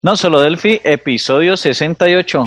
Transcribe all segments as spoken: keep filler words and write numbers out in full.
No Solo Delphi, episodio sesenta y ocho.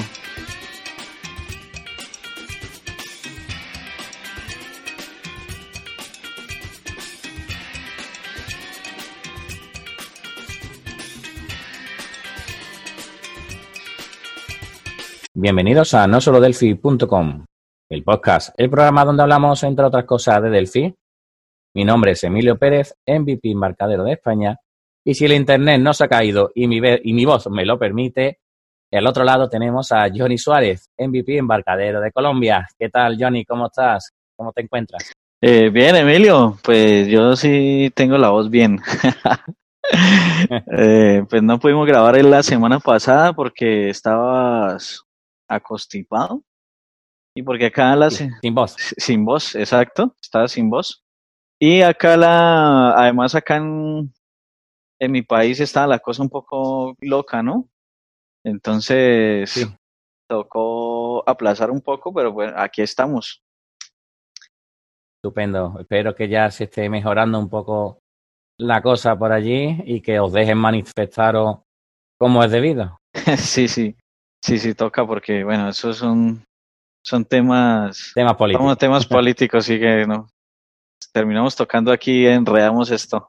Bienvenidos a no solo delphi punto com, el podcast, el programa donde hablamos, entre otras cosas, de Delphi. Mi nombre es Emilio Pérez, M V P Embarcadero de España, y si el internet no se ha caído y mi, ve- y mi voz me lo permite, al otro lado tenemos a Johnny Suárez, M V P Embarcadero de Colombia. ¿Qué tal, Johnny? ¿Cómo estás? ¿Cómo te encuentras? Eh, bien, Emilio, pues yo sí tengo la voz bien. Eh, pues no pudimos grabar la semana pasada porque estabas acostipado y porque acá la Sí, se- sin voz. sin voz, exacto, estaba sin voz. Y acá la, además acá en, en mi país está la cosa un poco loca, ¿no? Entonces Sí, tocó aplazar un poco, pero bueno, aquí estamos. estupendo. Espero que ya se esté mejorando un poco la cosa por allí y que os dejen manifestaros como es debido. Sí, sí, sí, sí toca porque, bueno, esos son, son temas, Temas somos políticos. temas políticos, sí que no, terminamos tocando aquí, enredamos esto.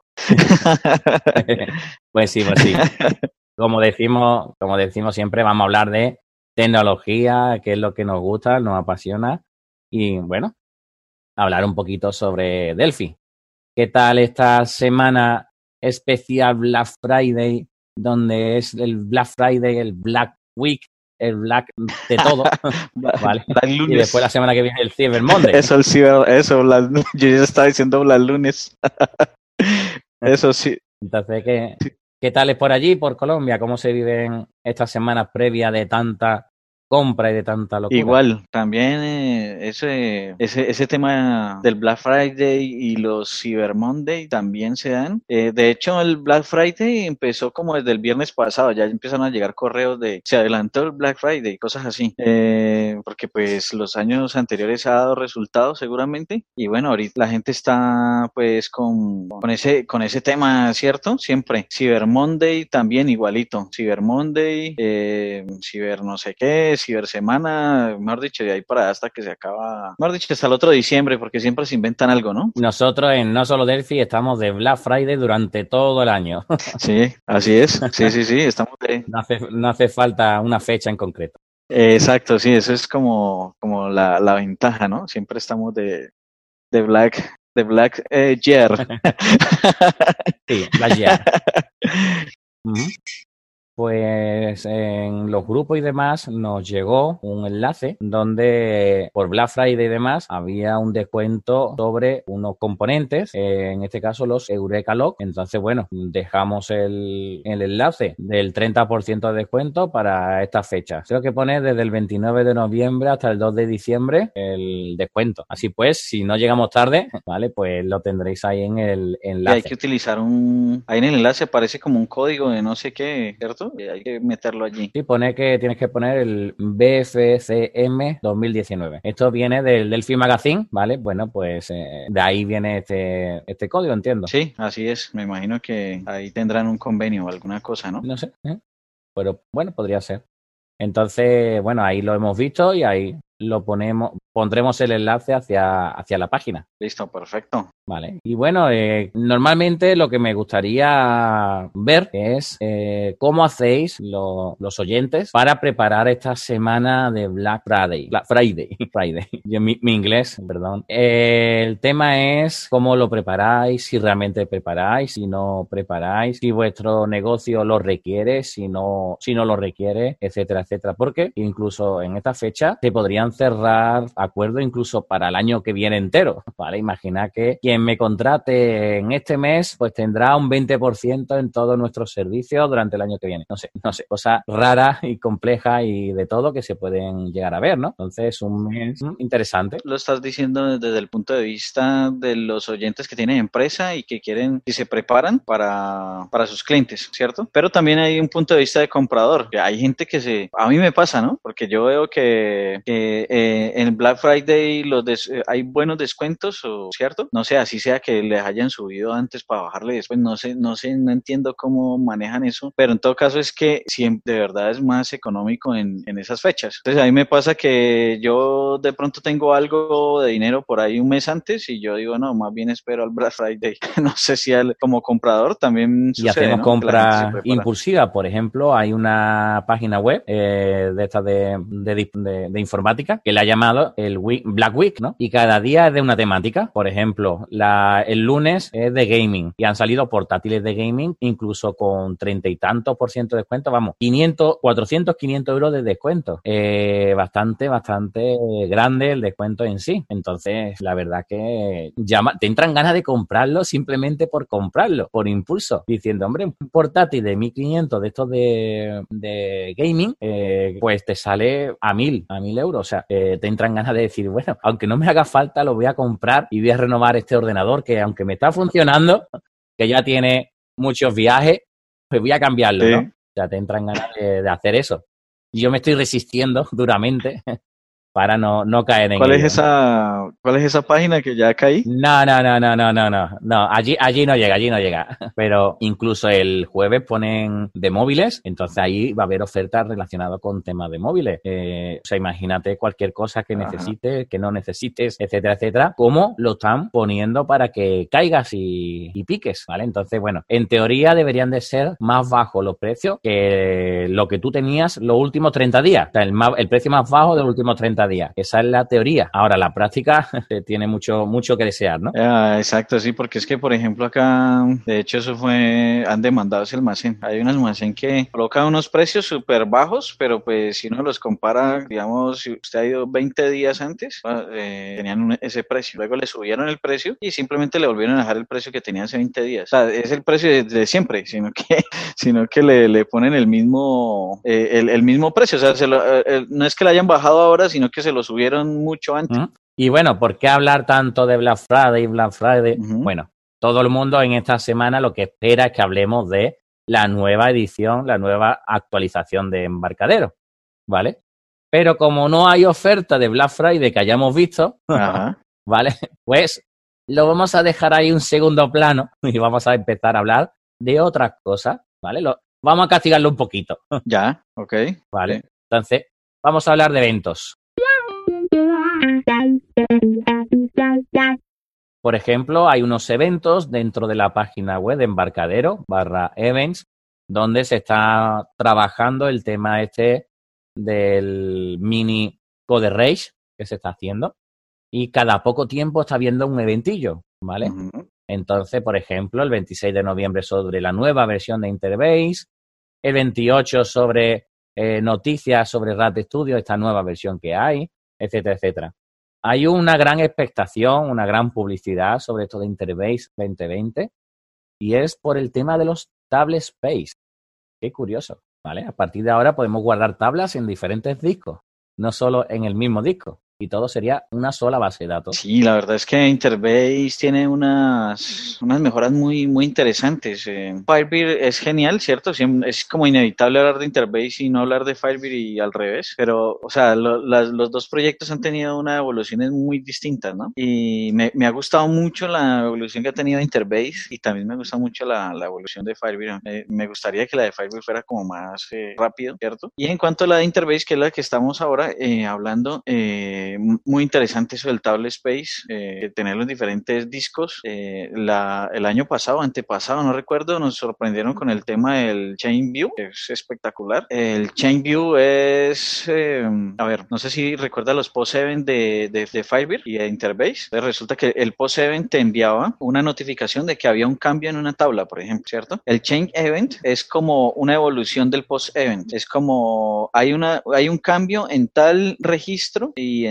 Pues sí, pues sí. Como decimos, como decimos siempre, vamos a hablar de tecnología, que es lo que nos gusta, nos apasiona, y bueno, hablar un poquito sobre Delphi. ¿Qué tal esta semana especial Black Friday, donde es el Black Friday, el Black Week, el Black de todo, ¿vale? Black Y después la lunes, semana que viene el Cyber Monday. eso, el ciber, eso, Black- yo ya estaba diciendo Black lunes, eso sí. Entonces, ¿qué, qué tal es por allí, por Colombia? ¿Cómo se viven estas semanas previas de tanta compra y de tanta locura? Igual, también eh, ese, ese, ese tema del Black Friday y los Cyber Monday también se dan. Eh, de hecho, el Black Friday empezó como desde el viernes pasado, ya empiezan a llegar correos de se adelantó el Black Friday, cosas así. Eh, porque pues los años anteriores ha dado resultados seguramente. Y bueno, ahorita la gente está pues con, con ese, con ese tema, ¿cierto? Siempre. Cyber Monday también igualito. Cyber Monday, eh, Cyber no sé qué, Cyber Semana, mejor dicho, de ahí para hasta que se acaba, mejor dicho, hasta el otro diciembre, porque siempre se inventan algo, ¿no? Nosotros en No Solo Delphi estamos de Black Friday durante todo el año. Sí, así es. Sí, sí, sí, estamos de... No hace, no hace falta una fecha en concreto. eh, exacto, sí, eso es como, como la, la ventaja, ¿no? Siempre estamos de, de Black, de Black eh, Year. Sí, Black Year. Ujú. Pues en los grupos y demás nos llegó un enlace donde por Black Friday y demás había un descuento sobre unos componentes, eh, en este caso los Eureka Lock. Entonces, bueno, dejamos el, el enlace del treinta por ciento de descuento para estas fechas. Creo que pone desde el veintinueve de noviembre hasta el dos de diciembre el descuento. Así pues, si no llegamos tarde, ¿vale? Pues lo tendréis ahí en el Y hay enlace. que utilizar un, ahí en el enlace aparece como un código de no sé qué, ¿cierto? Y hay que meterlo allí. Sí, pone que tienes que poner el B F C M dos mil diecinueve. Esto viene del Delphi Magazine, ¿vale? Bueno, pues eh, de ahí viene este, este código, entiendo. Sí, así es. Me imagino que ahí tendrán un convenio o alguna cosa, ¿no? No sé, ¿eh? Pero bueno, podría ser. Entonces, bueno, ahí lo hemos visto y ahí lo ponemos, pondremos el enlace hacia, hacia la página. Listo, perfecto. Vale, y bueno, eh, normalmente lo que me gustaría ver es eh, cómo hacéis lo- los oyentes para preparar esta semana de Black Friday. Black Friday, Friday. Yo, mi, mi inglés, perdón. Eh, el tema es cómo lo preparáis, si realmente preparáis, si no preparáis, si vuestro negocio lo requiere, si no, si no lo requiere, etcétera, etcétera. Porque incluso en esta fecha se podrían cerrar acuerdos incluso para el año que viene entero. Vale, imagina que quien me contrate en este mes, pues tendrá un veinte por ciento en todos nuestros servicios durante el año que viene. No sé, no sé, cosas raras y complejas y de todo que se pueden llegar a ver, ¿no? Entonces, un mes mm, interesante. Lo estás diciendo desde el punto de vista de los oyentes que tienen empresa y que quieren y se preparan para, para sus clientes, ¿cierto? Pero también hay un punto de vista de comprador. Que hay gente que se... A mí me pasa, ¿no? Porque yo veo que, que que eh, en Black Friday los des- eh, hay buenos descuentos, o ¿cierto? No sé, así sea que les hayan subido antes para bajarle después, no sé, no sé, no entiendo cómo manejan eso, pero en todo caso es que siempre de verdad es más económico en, en esas fechas. Entonces a mí me pasa que yo de pronto tengo algo de dinero por ahí un mes antes y yo digo, no, más bien espero al Black Friday. No sé si al, como comprador también Y sucede, hacemos ¿no? Que la gente se compras prepara. impulsivas. Por ejemplo, hay una página web eh, de estas de, de, de, de informática que la ha llamado el Week, Black Week, ¿no? Y cada día es de una temática. Por ejemplo, la, el lunes es de gaming y han salido portátiles de gaming incluso con treinta y tantos por ciento de descuento. Vamos, quinientos, cuatrocientos, quinientos euros de descuento. Eh, bastante, bastante grande el descuento en sí. Entonces, la verdad que llama, te entran ganas de comprarlo simplemente por comprarlo, por impulso, diciendo, hombre, un portátil de mil quinientos de estos de, de gaming, eh, pues te sale a mil, a mil euros. O sea, eh, te entran ganas de decir, bueno, aunque no me haga falta, lo voy a comprar y voy a renovar este ordenador que aunque me está funcionando, que ya tiene muchos viajes, pues voy a cambiarlo, ¿no? Sí. O sea, te entran ganas de, de hacer eso. Y yo me estoy resistiendo duramente para no, no caer en ¿Cuál es ello. esa, cuál es esa página que ya caí? No, no, no, no, no, no, no, no, allí, allí no llega, allí no llega. Pero incluso el jueves ponen de móviles, entonces ahí va a haber ofertas relacionadas con temas de móviles. Eh, o sea, imagínate cualquier cosa que Ajá. necesites, que no necesites, etcétera, etcétera, cómo lo están poniendo para que caigas y, y piques, ¿vale? Entonces, bueno, en teoría deberían de ser más bajos los precios que lo que tú tenías los últimos treinta días. O sea, el, más, el precio más bajo de los últimos treinta días. Esa es la teoría. Ahora, la práctica tiene mucho, mucho que desear, ¿no? Ah, exacto, sí, porque es que, por ejemplo, acá, de hecho, eso fue, han demandado ese almacén. Hay un almacén que coloca unos precios súper bajos, pero pues si uno los compara, digamos, si usted ha ido veinte días antes, eh, tenían un- ese precio. Luego le subieron el precio y simplemente le volvieron a dejar el precio que tenía hace veinte días. O sea, es el precio de, de siempre, sino que, sino que le, le ponen el mismo, eh, el, el mismo precio. O sea, se lo, eh, eh, no es que le hayan bajado ahora, sino que se lo subieron mucho antes. ¿Mm? Y bueno, ¿por qué hablar tanto de Black Friday, Black Friday? Ujú. Bueno, todo el mundo en esta semana lo que espera es que hablemos de la nueva edición, la nueva actualización de Embarcadero, ¿vale? Pero como no hay oferta de Black Friday que hayamos visto, Ajá. ¿vale? Pues lo vamos a dejar ahí un segundo plano y vamos a empezar a hablar de otras cosas, ¿vale? Lo, vamos a castigarlo un poquito, Ya, ok. ¿vale? Sí. Entonces, vamos a hablar de eventos. Por ejemplo, hay unos eventos dentro de la página web de Embarcadero barra events donde se está trabajando el tema este del mini Code Rage que se está haciendo y cada poco tiempo está habiendo un eventillo, ¿vale? Ujú. Entonces, por ejemplo, el veintiséis de noviembre sobre la nueva versión de Interbase, el veintiocho sobre eh, noticias sobre Rat Studio, esta nueva versión que hay, etcétera, etcétera. Hay una gran expectación, una gran publicidad sobre esto de Interbase veinte veinte y es por el tema de los Tablet Space. Qué curioso, ¿vale? A partir de ahora podemos guardar tablas en diferentes discos, no solo en el mismo disco, y todo sería una sola base de datos. Sí, la verdad es que Interbase tiene unas, unas mejoras muy, muy interesantes. Eh, Firebird es genial, ¿cierto? Siem- Es como inevitable hablar de Interbase y no hablar de Firebird y al revés. Pero, o sea, lo- las- los dos proyectos han tenido una evoluciones muy distintas, ¿no? Y me, me ha gustado mucho la evolución que ha tenido Interbase y también me gusta mucho la, la evolución de Firebird. Eh, me gustaría que la de Firebird fuera como más eh, rápido, ¿cierto? Y en cuanto a la de Interbase, que es la que estamos ahora eh, hablando, eh, muy interesante eso del Tablet Space, eh, tener los diferentes discos. Eh, la, el año pasado, antepasado, no recuerdo, nos sorprendieron con el tema del Chain View, que es espectacular. El Chain View es, eh, a ver, no sé si recuerda los post event de, de, de Firebird y de Interbase. Entonces resulta que el post event te enviaba una notificación de que había un cambio en una tabla, por ejemplo, ¿cierto? El Change Event es como una evolución del post event. Es como hay una hay un cambio en tal registro y en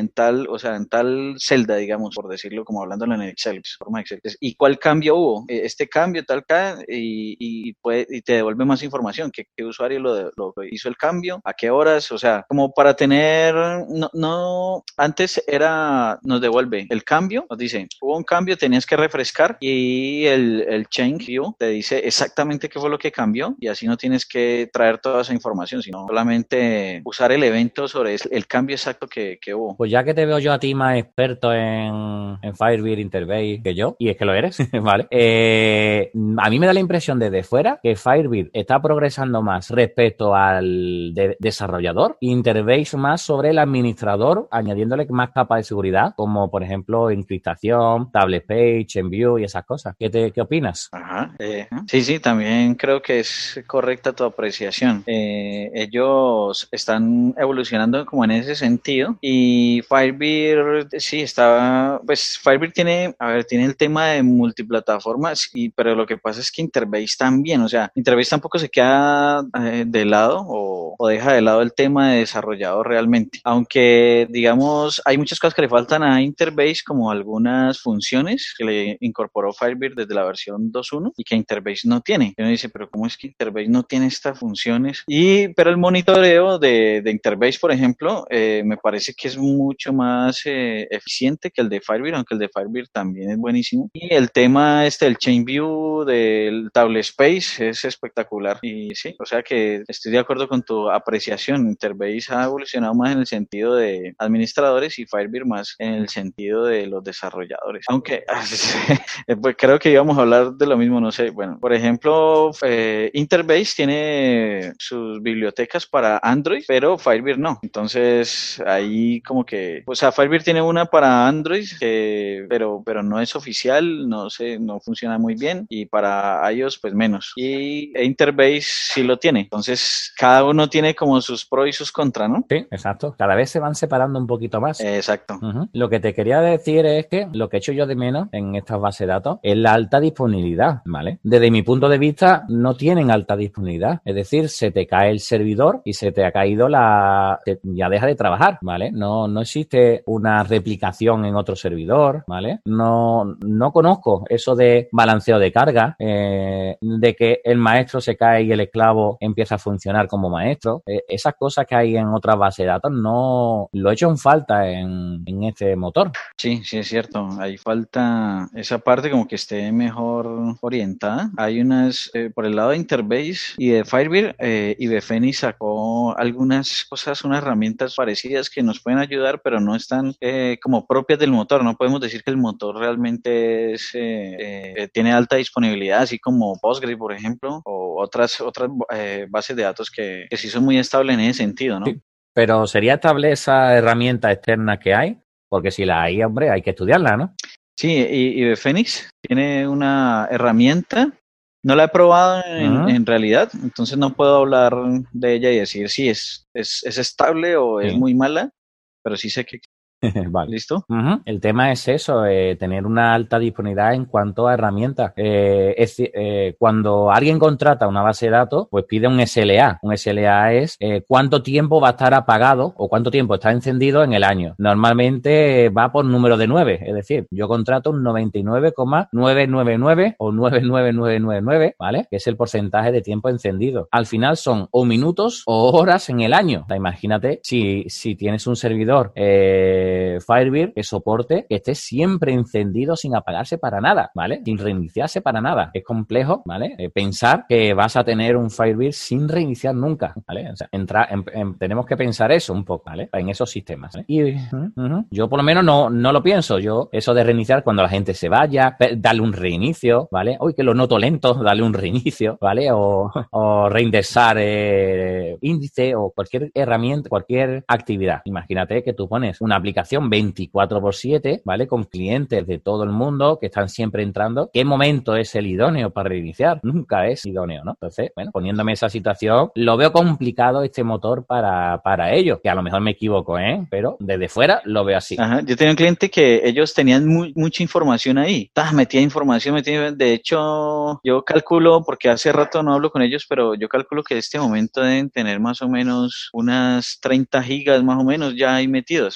en tal, o sea, en tal celda, digamos, por decirlo como hablándolo en Excel, forma de Excel. ¿Y cuál cambio hubo? Este cambio, tal, ca- y, y, puede, y te devuelve más información. ¿Qué, qué usuario lo, lo hizo el cambio? ¿A qué horas? O sea, como para tener, no, no, antes era, nos devuelve el cambio, nos dice, hubo un cambio, tenías que refrescar y el, el change view te dice exactamente qué fue lo que cambió y así no tienes que traer toda esa información, sino solamente usar el evento sobre el cambio exacto que, que hubo. Pues ya que te veo yo a ti más experto en, en Firebird Interbase que yo, y es que lo eres, ¿vale? Eh, a mí me da la impresión desde fuera que Firebird está progresando más respecto al de desarrollador, Interbase más sobre el administrador, añadiéndole más capas de seguridad, como por ejemplo encriptación, tablet page, enview y esas cosas. ¿Qué, te, qué opinas? Ajá. Eh, sí, sí, también creo que es correcta tu apreciación. Eh, ellos están evolucionando como en ese sentido y Firebird sí está, pues Firebird tiene, a ver, tiene el tema de multiplataformas, y, pero lo que pasa es que Interbase también, o sea, Interbase tampoco se queda eh, de lado o, o deja de lado el tema de desarrollador realmente, aunque digamos hay muchas cosas que le faltan a Interbase, como algunas funciones que le incorporó Firebird desde la versión dos punto uno y que Interbase no tiene. Y uno dice, pero ¿cómo es que Interbase no tiene estas funciones? Y, pero el monitoreo de, de Interbase, por ejemplo, eh, me parece que es mucho más eh, eficiente que el de Firebird, aunque el de Firebird también es buenísimo. Y el tema este del Chain View, del Table Space, es espectacular. Y sí, o sea que estoy de acuerdo con tu apreciación. Interbase ha evolucionado más en el sentido de administradores y Firebird más en el sentido de los desarrolladores. Aunque pues creo que íbamos a hablar de lo mismo, no sé. Bueno, por ejemplo, eh, Interbase tiene sus bibliotecas para Android, pero Firebird no. Entonces, ahí como que, o sea, Firebird tiene una para Android, que, pero, pero no es oficial, no sé, no funciona muy bien, y para iOS, pues menos. Y Interbase sí lo tiene. Entonces, cada uno tiene como sus pros y sus contras, ¿no? Sí, exacto. Cada vez se van separando un poquito más. Eh, exacto. Uh-huh. Lo que te quería decir es que lo que he hecho yo de menos en estas bases de datos es la alta disponibilidad, ¿vale? Desde mi punto de vista, no tienen alta disponibilidad. Es decir, se te cae el servidor y se te ha caído la... Te, ya deja de trabajar, ¿vale? No, no existe una replicación en otro servidor, ¿vale? No, no conozco eso de balanceo de carga, eh, de que el maestro se cae y el esclavo empieza a funcionar como maestro. Eh, esas cosas que hay en otras bases de datos no lo he hecho en falta en, en este motor. Sí, sí es cierto. Ahí falta esa parte como que esté mejor orientada. Hay unas, eh, por el lado de Interbase y de Firebird, eh, Ibefeni sacó algunas cosas, unas herramientas parecidas que nos pueden ayudar, pero no están eh, como propias del motor. No podemos decir que el motor realmente es, eh, eh, tiene alta disponibilidad, así como Postgres, por ejemplo, o otras, otras eh, bases de datos que, que sí son muy estables en ese sentido, ¿no? Sí, pero sería estable esa herramienta externa que hay, porque si la hay, hombre, hay que estudiarla, ¿no? Sí, y, y de Phoenix tiene una herramienta. No la he probado en, Uh-huh. en realidad, entonces no puedo hablar de ella y decir si es, es, es estable o es Sí. muy mala, pero sí sé que... Vale. ¿Listo? Uh-huh. El tema es eso, eh, tener una alta disponibilidad en cuanto a herramientas. Eh, es, eh, cuando alguien contrata una base de datos, pues pide un S L A. Un S L A es eh, cuánto tiempo va a estar apagado o cuánto tiempo está encendido en el año. Normalmente va por número de nueve, es decir, yo contrato un noventa y nueve coma novecientos noventa y nueve o noventa y nueve mil novecientos noventa y nueve, ¿vale? Que es el porcentaje de tiempo encendido. Al final son o minutos o horas en el año. O sea, imagínate si, si tienes un servidor eh, Firebird que soporte que esté siempre encendido sin apagarse para nada, ¿vale? Sin reiniciarse para nada. Es complejo, ¿vale? Eh, pensar que vas a tener un Firebird sin reiniciar nunca, ¿vale? O sea, entra, en, en, tenemos que pensar eso un poco, ¿vale? En esos sistemas, ¿vale? Y uh, uh, yo por lo menos no, no lo pienso. Yo, eso de reiniciar cuando la gente se vaya, darle un reinicio, ¿vale? Uy, que lo noto lento, darle un reinicio, ¿vale? O, o reindexar eh, índice o cualquier herramienta, cualquier actividad. Imagínate que tú pones una aplicación veinticuatro por siete, ¿vale? Con clientes de todo el mundo que están siempre entrando. ¿Qué momento es el idóneo para reiniciar? Nunca es idóneo, ¿no? Entonces, bueno, poniéndome esa situación, lo veo complicado este motor para, para ello, que a lo mejor me equivoco, ¿eh? Pero desde fuera lo veo así. Ajá. Yo tenía un cliente que ellos tenían muy, mucha información ahí. Ah, metía información, metía... De hecho, yo calculo, porque hace rato no hablo con ellos, pero yo calculo que en este momento deben tener más o menos unas treinta gigas más o menos ya ahí metidos. Eh,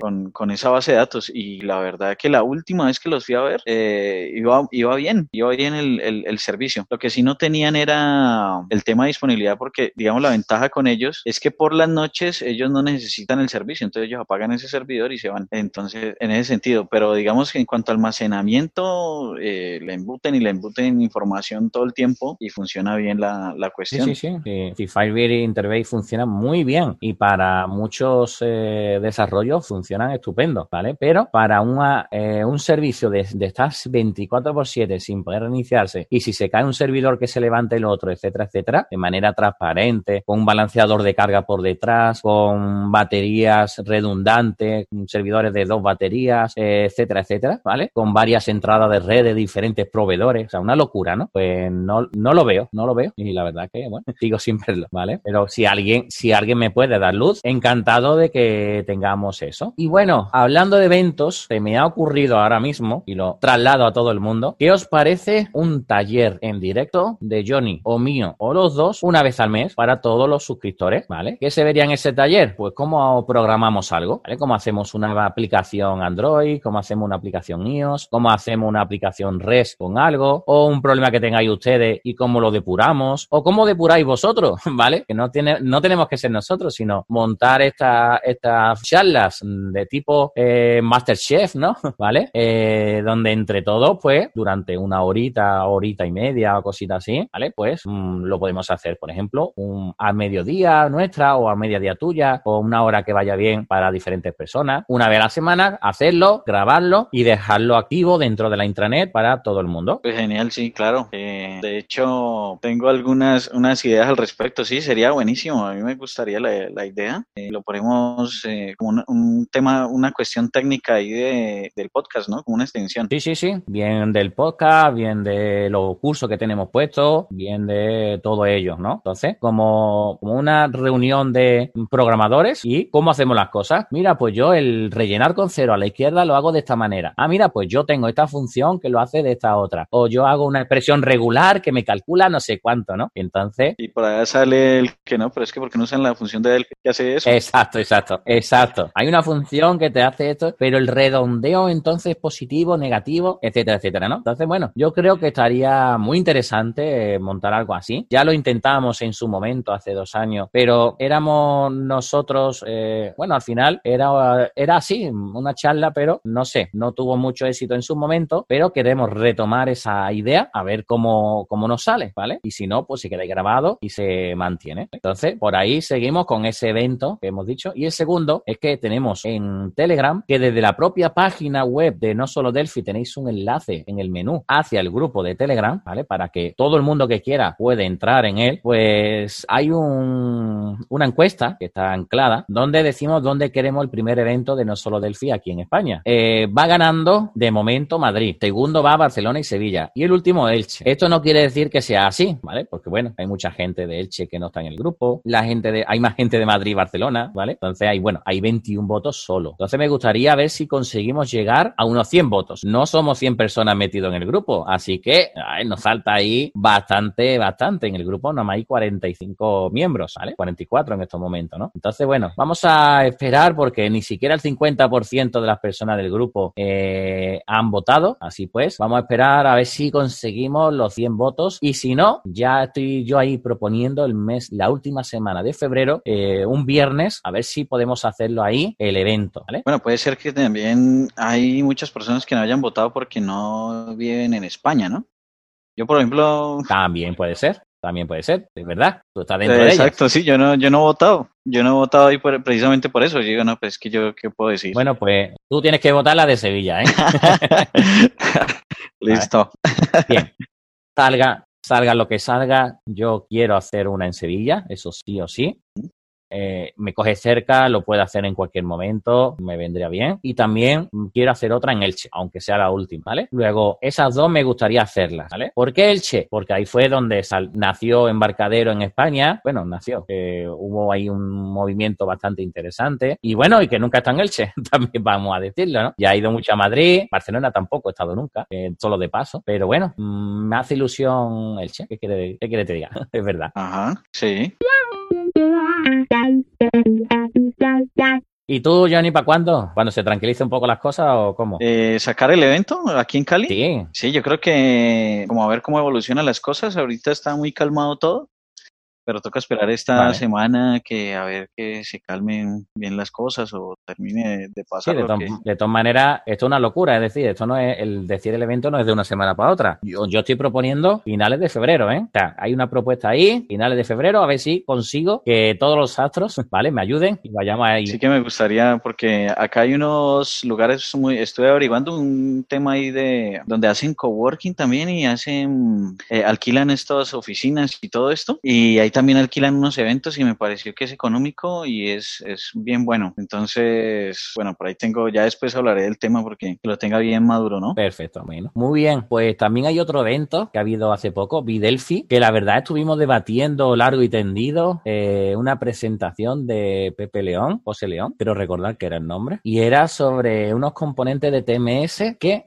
con, con esa base de datos. Y la verdad que la última vez que los fui a ver, eh, iba, iba bien, iba bien el, el, el servicio. Lo que sí no tenían era el tema de disponibilidad, porque digamos la ventaja con ellos es que por las noches ellos no necesitan el servicio, entonces ellos apagan ese servidor y se van. Entonces, en ese sentido, pero digamos que en cuanto a almacenamiento, eh, le embuten y le embuten información todo el tiempo y funciona bien la, la cuestión. Sí, sí, sí. sí. sí Firebird Interface funciona muy bien y para muchos eh, desarrollos funcionan estupendo, ¿vale? Pero para una, eh, un servicio de, de estar veinticuatro por siete sin poder reiniciarse y si se cae un servidor que se levante el otro, etcétera, etcétera, de manera transparente, con un balanceador de carga por detrás, con baterías redundantes, servidores de dos baterías, eh, etcétera, etcétera, ¿vale? Con varias entradas de red de diferentes proveedores, o sea, una locura, ¿no? Pues no, no lo veo, no lo veo y la verdad que, bueno, sigo sin verlo, ¿vale? Pero si alguien, si alguien me puede dar luz, encantado de que tengamos eso. Y bueno, hablando de eventos, se me ha ocurrido ahora mismo, y lo traslado a todo el mundo, ¿qué os parece un taller en directo de Johnny o mío o los dos una vez al mes para todos los suscriptores, ¿vale? ¿Qué se vería en ese taller? Pues cómo programamos algo, ¿vale? Cómo hacemos una aplicación Android, cómo hacemos una aplicación iOS, cómo hacemos una aplicación REST con algo, o un problema que tengáis ustedes y cómo lo depuramos, o cómo depuráis vosotros, ¿vale? Que no tiene, no tenemos que ser nosotros, sino montar esta, estas charlas de tipo eh, MasterChef, ¿no? ¿Vale? Eh, donde entre todos, pues, durante una horita, horita y media o cosita así, ¿vale? Pues mmm, lo podemos hacer, por ejemplo, un, a mediodía nuestra o a mediodía tuya o una hora que vaya bien para diferentes personas. Una vez a la semana, hacerlo, grabarlo y dejarlo activo dentro de la intranet para todo el mundo. Pues genial, sí, claro. Eh, de hecho, tengo algunas unas ideas al respecto. Sí, sería buenísimo. A mí me gustaría la, la idea. Eh, lo ponemos eh, como un, un tema, una cuestión técnica ahí de, del podcast, ¿no? Como una extensión. Sí, sí, sí. Bien del podcast, bien de los cursos que tenemos puestos, bien de todo ello, ¿no? Entonces, como, como una reunión de programadores y cómo hacemos las cosas. Mira, pues yo el rellenar con cero a la izquierda lo hago de esta manera. Ah, mira, pues yo tengo esta función que lo hace de esta otra. O yo hago una expresión regular que me calcula no sé cuánto, ¿no? Y entonces... Y por allá sale el que no, pero es que porque no usan la función de él que hace eso. Exacto, exacto, exacto. Hay una función que te hace esto, pero el redondeo entonces es positivo, negativo, etcétera, etcétera, ¿no? Entonces, bueno, yo creo que estaría muy interesante montar algo así. Ya lo intentamos en su momento, hace dos años, pero éramos nosotros, eh, bueno, al final era, era así, una charla, pero no sé, no tuvo mucho éxito en su momento, pero queremos retomar esa idea a ver cómo, cómo nos sale, ¿vale? Y si no, pues se queda grabado y se mantiene. Entonces, por ahí seguimos con ese evento que hemos dicho. Y el segundo es que tenemos en Telegram que desde la propia página web de No Solo Delphi tenéis un enlace en el menú hacia el grupo de Telegram, ¿vale? Para que todo el mundo que quiera puede entrar en él. Pues hay un, una encuesta que está anclada donde decimos dónde queremos el primer evento de No Solo Delphi aquí en España. Eh, va ganando de momento Madrid. Segundo va Barcelona y Sevilla. Y el último Elche. Esto no quiere decir que sea así, ¿vale? Porque bueno, hay mucha gente de Elche que no está en el grupo. La gente de, hay más gente de Madrid y Barcelona, ¿vale? Entonces hay, bueno, hay veintiún votos solo. Entonces me gustaría ver si conseguimos llegar a unos cien votos. No somos cien personas metidos en el grupo, así que ay, nos falta ahí bastante, bastante. En el grupo nomás hay cuarenta y cinco miembros, ¿vale? cuarenta y cuatro en estos momentos, ¿no? Entonces, bueno, vamos a esperar porque ni siquiera el cincuenta por ciento de las personas del grupo eh, han votado. Así pues, vamos a esperar a ver si conseguimos los cien votos y si no, ya estoy yo ahí proponiendo el mes, la última semana de febrero, eh, un viernes, a ver si podemos hacerlo ahí, el evento, ¿vale? Bueno, puede ser que también hay muchas personas que no hayan votado porque no viven en España, ¿no? Yo, por ejemplo... También puede ser, también puede ser, es verdad, tú estás dentro eh, de ellas. Exacto, sí, yo no, yo no he votado, yo no he votado ahí por, precisamente por eso, yo digo, no, pues es que yo, ¿qué puedo decir? Bueno, pues tú tienes que votar la de Sevilla, ¿eh? Listo. Vale. Bien, salga, salga lo que salga, yo quiero hacer una en Sevilla, eso sí o sí. Eh, me coge cerca, lo puedo hacer en cualquier momento, me vendría bien. Y también quiero hacer otra en Elche, aunque sea la última, ¿vale? Luego, esas dos me gustaría hacerlas, ¿vale? ¿Por qué Elche? Porque ahí fue donde sal- nació Embarcadero en España. Bueno, nació. Eh, hubo ahí un movimiento bastante interesante. Y bueno, y que nunca está en Elche, también vamos a decirlo, ¿no? Ya he ido mucho a Madrid, Barcelona tampoco he estado nunca, eh, solo de paso. Pero bueno, mmm, me hace ilusión Elche. ¿Qué quiere, qué quiere te diga? Es verdad. Ajá, sí. Y ¿Y tú, Johnny, para cuándo? ¿Cuando se tranquilice un poco las cosas o cómo? Eh, ¿sacar el evento aquí en Cali? Sí. Sí, yo creo que como a ver cómo evolucionan las cosas. Ahorita está muy calmado todo, pero toca esperar esta Vale. semana que a ver que se calmen bien las cosas o termine de Sí, pasar de, lo to que... de todas maneras, esto es una locura, es decir, esto no es, el decir el evento no es de una semana para otra. Yo, yo estoy proponiendo finales de febrero, ¿eh? O sea, hay una propuesta ahí, finales de febrero, a ver si consigo que todos los astros, ¿vale? Me ayuden y vayamos ahí. Sí que me gustaría, porque acá hay unos lugares muy, estuve averiguando un tema ahí de donde hacen coworking también y hacen, eh, alquilan estas oficinas y todo esto, y ahí también alquilan unos eventos y me pareció que es económico y es, es bien bueno. Entonces, bueno, por ahí tengo, ya después hablaré del tema porque que lo tenga bien maduro, ¿no? Perfecto, bueno. Muy bien, pues también hay otro evento que ha habido hace poco, Videlphi, que la verdad estuvimos debatiendo largo y tendido, eh, una presentación de Pepe León, José León, pero recordar que era el nombre, y era sobre unos componentes de T M S que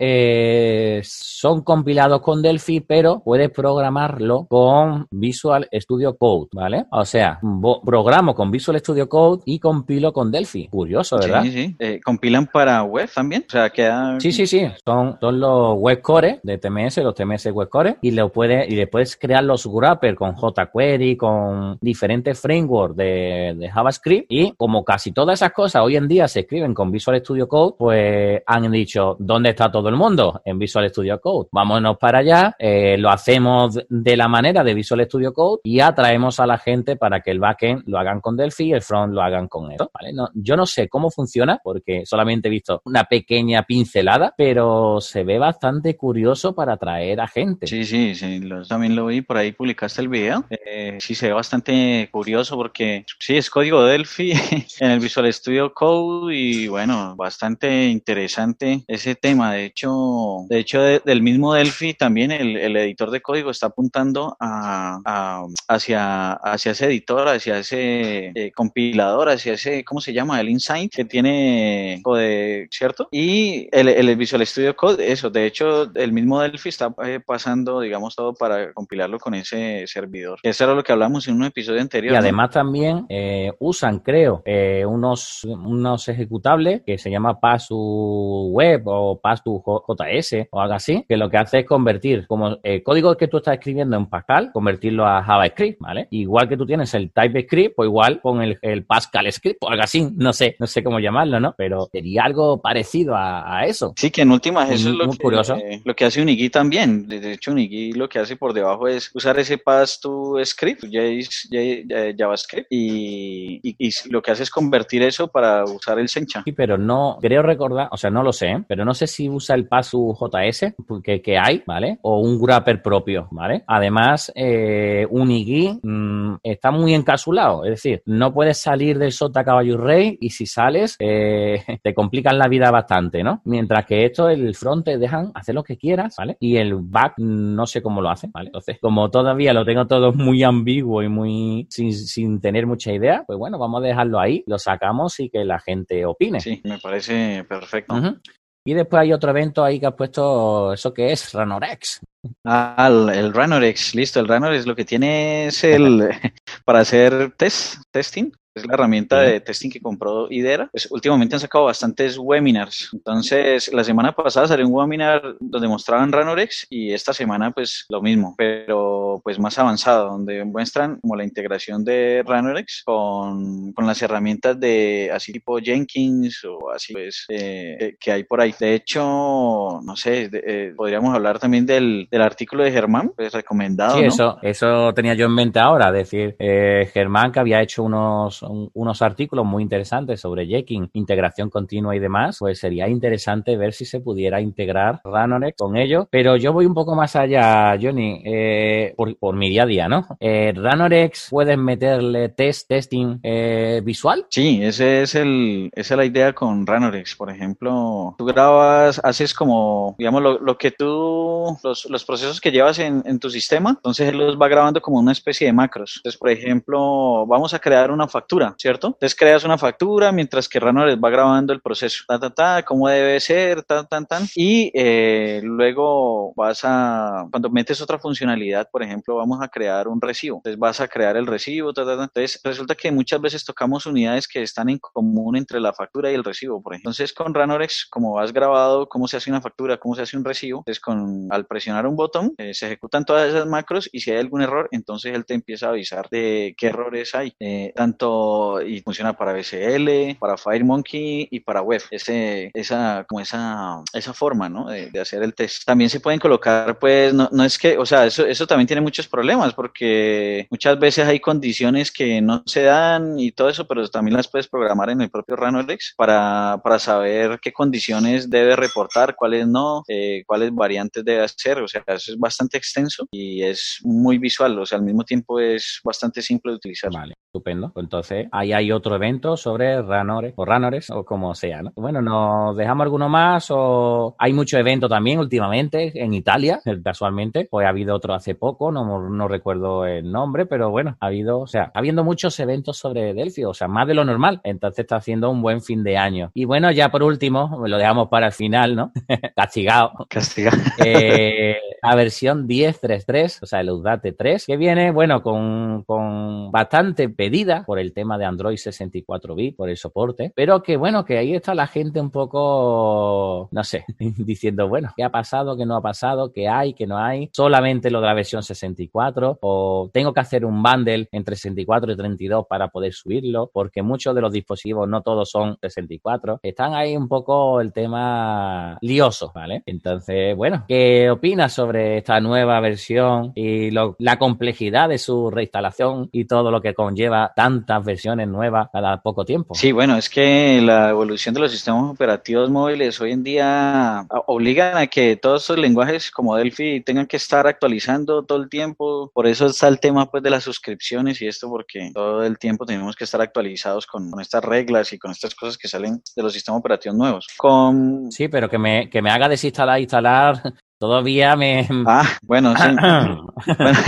eh, son compilados con Delphi, pero puedes programarlo con Visual Studio Code, ¿vale? O sea, programo con Visual Studio Code y compilo con Delphi. Curioso, ¿verdad? Sí, sí. Eh, ¿compilan para web también? O sea, queda... Sí, sí, sí. Son, son los web cores de T M S, los T M S web cores, y le puedes, y le puedes crear los wrappers con jQuery, con diferentes frameworks de, de JavaScript, y como casi todas esas cosas hoy en día se escriben con Visual Studio Code, pues han dicho, ¿dónde está todo el mundo? En Visual Studio Code. Vámonos para allá, eh, lo hacemos de la manera de Visual Studio Code y atraemos a la gente para que el backend lo hagan con Delphi y el front lo hagan con esto, ¿vale? No, yo no sé cómo funciona porque solamente he visto una pequeña pincelada, pero se ve bastante curioso para atraer a gente. Sí, sí, sí, lo, también lo vi, por ahí publicaste el video. Eh, sí, se ve bastante curioso porque sí, es código Delphi en el Visual Studio Code y bueno, bastante interesante ese tema. De hecho, de hecho de, del mismo Delphi también el, el editor de código está apuntando a, a hacia, hacia ese editor, hacia ese eh, compilador, hacia ese, ¿cómo se llama? El Insight que tiene code, ¿cierto? Y el, el Visual Studio Code, eso, de hecho, el mismo Delphi está eh, pasando, digamos, todo para compilarlo con ese servidor. Eso era lo que hablamos en un episodio anterior. Y además ¿no? también eh, usan, creo, eh, unos, unos ejecutables que se llama Pass to Web o Pass to J S o algo así, que lo que hace es convertir como el código que tú estás escribiendo en Pascal, convertirlo a JavaScript, ¿vale? Igual que tú tienes el TypeScript, pues igual con el, el Pascal Script o algo así, no sé, no sé cómo llamarlo, ¿no? Pero sería algo parecido a, a eso. Sí, que en últimas eso muy, es lo muy que, curioso. eh, lo que hace Unigui también. De hecho, Unigui lo que hace por debajo es usar ese pass to script, JavaScript, y, y, y lo que hace es convertir eso para usar el Sencha. Sí, pero no, creo recordar, o sea, no lo sé, ¿eh? Pero no sé si usa el Pasu J S que, que hay, ¿vale? O un wrapper propio, ¿vale? Además, eh, Unigui mmm, está muy encapsulado, es decir, no puedes salir del sota caballo y rey y si sales eh, te complican la vida bastante, ¿no? Mientras que esto, el front te dejan hacer lo que quieras, ¿vale? Y el back no sé cómo lo hacen, ¿vale? Entonces, como todavía lo tengo todo muy ambiguo y muy sin, sin tener mucha idea, pues bueno, vamos a dejarlo ahí, lo sacamos y que la gente opine. Sí, me parece perfecto. Uh-huh. Y después hay otro evento ahí que has puesto, ¿eso qué es? Ranorex. Ah, el, el Ranorex, listo, el Ranorex lo que tiene es el para hacer test, testing. Es la herramienta sí. de testing que compró Idera. Pues últimamente han sacado bastantes webinars. Entonces, la semana pasada salió un webinar donde mostraban Ranorex y esta semana pues lo mismo, pero pues más avanzado, donde muestran como la integración de Ranorex con, con las herramientas de así tipo Jenkins o así pues eh, que hay por ahí. De hecho, no sé, de, eh, podríamos hablar también del, del artículo de Germán, pues recomendado, sí, ¿no? eso, eso tenía yo en mente ahora, es decir, eh, Germán que había hecho unos Un, unos artículos muy interesantes sobre Jenkins, integración continua y demás, pues sería interesante ver si se pudiera integrar Ranorex con ello, pero yo voy un poco más allá, Johnny, eh, por, por mi día a día, ¿no? Eh, ¿Ranorex puedes meterle test, testing eh, visual? Sí, ese es el, esa es la idea con Ranorex, por ejemplo, tú grabas, haces como, digamos, lo, lo que tú, los, los los procesos que llevas en, en tu sistema, entonces él los va grabando como una especie de macros. Entonces, por ejemplo, vamos a crear una factura, ¿cierto? Entonces creas una factura mientras que Ranorex va grabando el proceso, ta, ta, ta, cómo debe ser, tan, tan, tan, y eh, luego vas a, cuando metes otra funcionalidad, por ejemplo, vamos a crear un recibo, entonces vas a crear el recibo, ta, ta, ta. Entonces resulta que muchas veces tocamos unidades que están en común entre la factura y el recibo, por ejemplo. Entonces con Ranorex, como has grabado cómo se hace una factura, cómo se hace un recibo, entonces con, al presionar un botón, eh, se ejecutan todas esas macros y si hay algún error, entonces él te empieza a avisar de qué errores hay, eh, tanto, y funciona para B C L, para FireMonkey y para web, ese, esa, como esa, esa forma, ¿no? De, de hacer el test. También se pueden colocar, pues, no, no es que, o sea, eso, eso también tiene muchos problemas porque muchas veces hay condiciones que no se dan y todo eso, pero también las puedes programar en el propio Ranorex para, para saber qué condiciones debe reportar, cuáles no, eh, cuáles variantes debe hacer, o sea, eso es bastante extenso y es muy visual, o sea, al mismo tiempo es bastante simple de utilizar. Vale, estupendo. Entonces, ahí hay otro evento sobre Ranorex o Ranorex o como sea, ¿no? Bueno, ¿nos dejamos alguno más o hay mucho evento también últimamente en Italia, casualmente? Pues ha habido otro hace poco, no, no recuerdo el nombre, pero bueno, ha habido, o sea, habiendo muchos eventos sobre Delphi, o sea, más de lo normal. Entonces está haciendo un buen fin de año. Y bueno, ya por último, lo dejamos para el final, ¿no? Castigado. Castigado. Eh, la versión diez punto tres punto tres, o sea, el Udate tres, que viene, bueno, con, con bastante pedida por el tema de Android sesenta y cuatro bit, por el soporte, pero que bueno, que ahí está la gente un poco, no sé, diciendo, bueno, ¿qué ha pasado? ¿Qué no ha pasado? ¿Qué hay? ¿Qué no hay? Solamente lo de la versión sesenta y cuatro, o tengo que hacer un bundle entre sesenta y cuatro y treinta y dos para poder subirlo, porque muchos de los dispositivos, no todos son sesenta y cuatro, están ahí un poco el tema lioso, ¿vale? Entonces, bueno, ¿qué opinas sobre esta nueva versión y lo, la complejidad de su reinstalación y todo lo que conlleva tantas versiones nuevas cada poco tiempo? Sí, bueno, es que la evolución de los sistemas operativos móviles hoy en día obligan a que todos estos lenguajes como Delphi tengan que estar actualizando todo el tiempo. Por eso está el tema pues de las suscripciones y esto, porque todo el tiempo tenemos que estar actualizados con, con estas reglas y con estas cosas que salen de los sistemas operativos nuevos. Con... Sí, pero que me, que me haga desinstalar e instalar todavía me... Ah, bueno, sí. Bueno.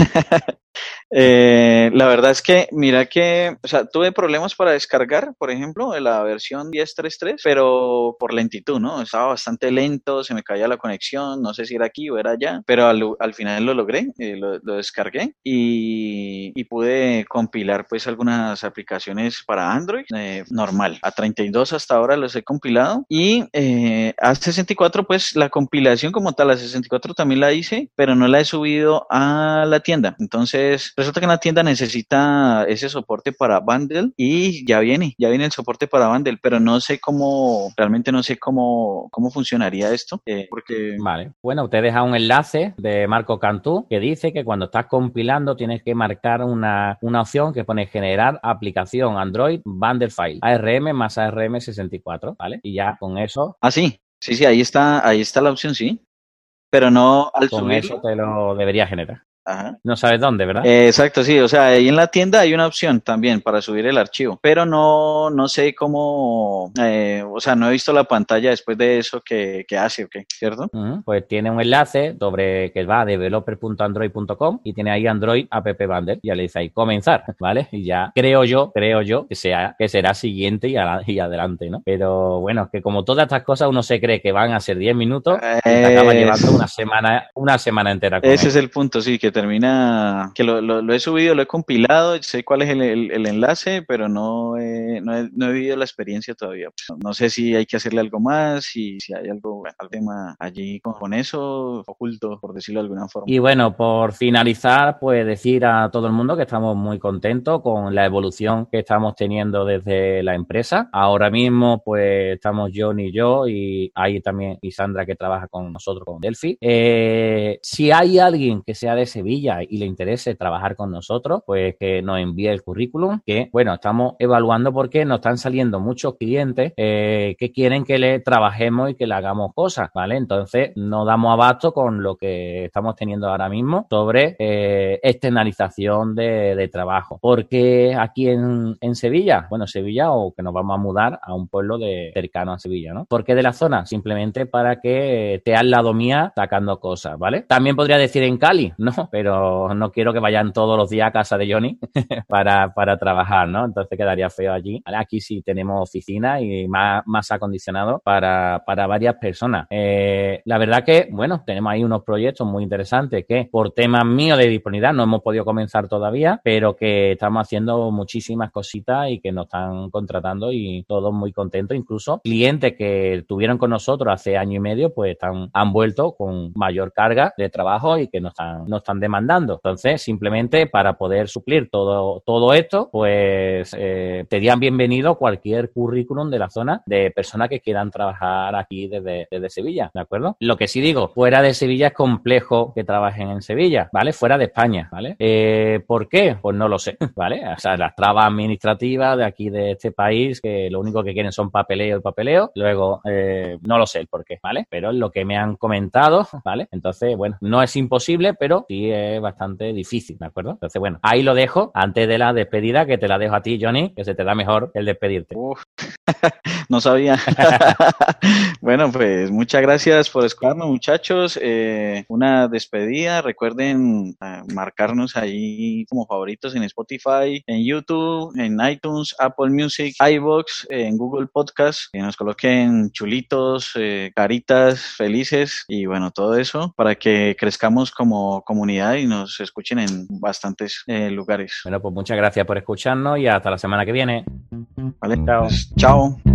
Eh, la verdad es que, mira que, o sea, tuve problemas para descargar, por ejemplo, de la versión diez punto tres punto tres, pero por lentitud, ¿no? Estaba bastante lento, se me caía la conexión, no sé si era aquí o era allá, pero al, al final lo logré, eh, lo, lo descargué y, y pude compilar pues algunas aplicaciones para Android, eh, normal. A treinta y dos hasta ahora los he compilado y eh, a sesenta y cuatro pues la compilación como tal, a sesenta y cuatro también la hice, pero no la he subido a la tienda. Entonces, resulta que en la tienda necesita ese soporte para bundle y ya viene, ya viene el soporte para bundle, pero no sé cómo, realmente no sé cómo, cómo funcionaría esto, eh, porque... Vale, bueno, te deja un enlace de Marco Cantú que dice que cuando estás compilando tienes que marcar una, una opción que pone generar aplicación Android bundle file, A R M más A R M sesenta y cuatro, ¿vale? Y ya con eso... Ah, sí, sí, sí, ahí está, ahí está la opción, sí, pero no al con subirlo. eso te lo debería generar. Ajá. No sabes dónde, ¿verdad? Eh, exacto, sí, o sea, ahí en la tienda hay una opción también para subir el archivo, pero no, no sé cómo, eh, o sea, no he visto la pantalla después de eso que, que hace, ¿o qué? ¿Cierto? Uh-huh. Pues tiene un enlace sobre que va a developer punto android punto com y tiene ahí Android App Bundle, ya le dice ahí comenzar, ¿vale? Y ya creo yo, creo yo que sea, que será siguiente y, a, y adelante, ¿no? Pero bueno, que como todas estas cosas uno se cree que van a ser diez minutos eh, y te acaba llevando una semana, una semana entera con ese él. es el punto, sí, que termina, que lo, lo, lo he subido, lo he compilado, sé cuál es el, el, el enlace, pero no he, no, he, no he vivido la experiencia todavía. Pues, no sé si hay que hacerle algo más, si, si hay algo, algún tema allí con, con eso oculto, por decirlo de alguna forma. Y bueno, por finalizar, pues decir a todo el mundo que estamos muy contentos con la evolución que estamos teniendo desde la empresa. Ahora mismo, pues estamos John y yo, y hay también y Sandra que trabaja con nosotros con Delphi. Eh, si hay alguien que sea de ese Sevilla y le interese trabajar con nosotros, pues que nos envíe el currículum, que bueno, estamos evaluando porque nos están saliendo muchos clientes eh, que quieren que le trabajemos y que le hagamos cosas, ¿vale? Entonces no damos abasto con lo que estamos teniendo ahora mismo sobre eh, externalización de, de trabajo. ¿Por qué aquí en, en Sevilla? Bueno, Sevilla, o que nos vamos a mudar a un pueblo de, cercano a Sevilla, ¿no? ¿Por qué de la zona? Simplemente para que esté al lado mía sacando cosas, ¿vale? También podría decir en Cali, ¿no? Pero no quiero que vayan todos los días a casa de Johnny para, para trabajar, ¿no? Entonces quedaría feo allí. ¿Vale? Aquí sí tenemos oficina y más, más acondicionado para, para varias personas. Eh, la verdad que, bueno, tenemos ahí unos proyectos muy interesantes que por temas míos de disponibilidad no hemos podido comenzar todavía, pero que estamos haciendo muchísimas cositas y que nos están contratando y todos muy contentos. Incluso clientes que estuvieron con nosotros hace año y medio, pues están, han vuelto con mayor carga de trabajo y que nos están, nos están demandando. Entonces, simplemente para poder suplir todo, todo esto, pues eh, serían bienvenidos cualquier currículum de la zona de personas que quieran trabajar aquí desde, desde Sevilla, ¿de acuerdo? Lo que sí digo, fuera de Sevilla es complejo que trabajen en Sevilla, ¿vale? Fuera de España, ¿vale? Eh, ¿Por qué? Pues no lo sé, ¿vale? O sea, las trabas administrativas de aquí de este país, que lo único que quieren son papeleo y papeleo, luego eh, no lo sé el por qué, ¿vale? Pero es lo que me han comentado, ¿vale? Entonces, bueno, no es imposible, pero sí es bastante difícil, ¿de acuerdo? Entonces, bueno, ahí lo dejo antes de la despedida, que te la dejo a ti, Johnny, que se te da mejor el despedirte. Uf, no sabía. Bueno, pues muchas gracias por escucharnos, muchachos. Eh, una despedida. Recuerden eh, marcarnos ahí como favoritos en Spotify, en YouTube, en iTunes, Apple Music, iVoox, eh, en Google Podcast. Que nos coloquen chulitos, eh, caritas felices y bueno, todo eso para que crezcamos como comunidad y nos escuchen en bastantes eh, lugares. Bueno, pues muchas gracias por escucharnos y hasta la semana que viene. Vale, Chao. pues, chao.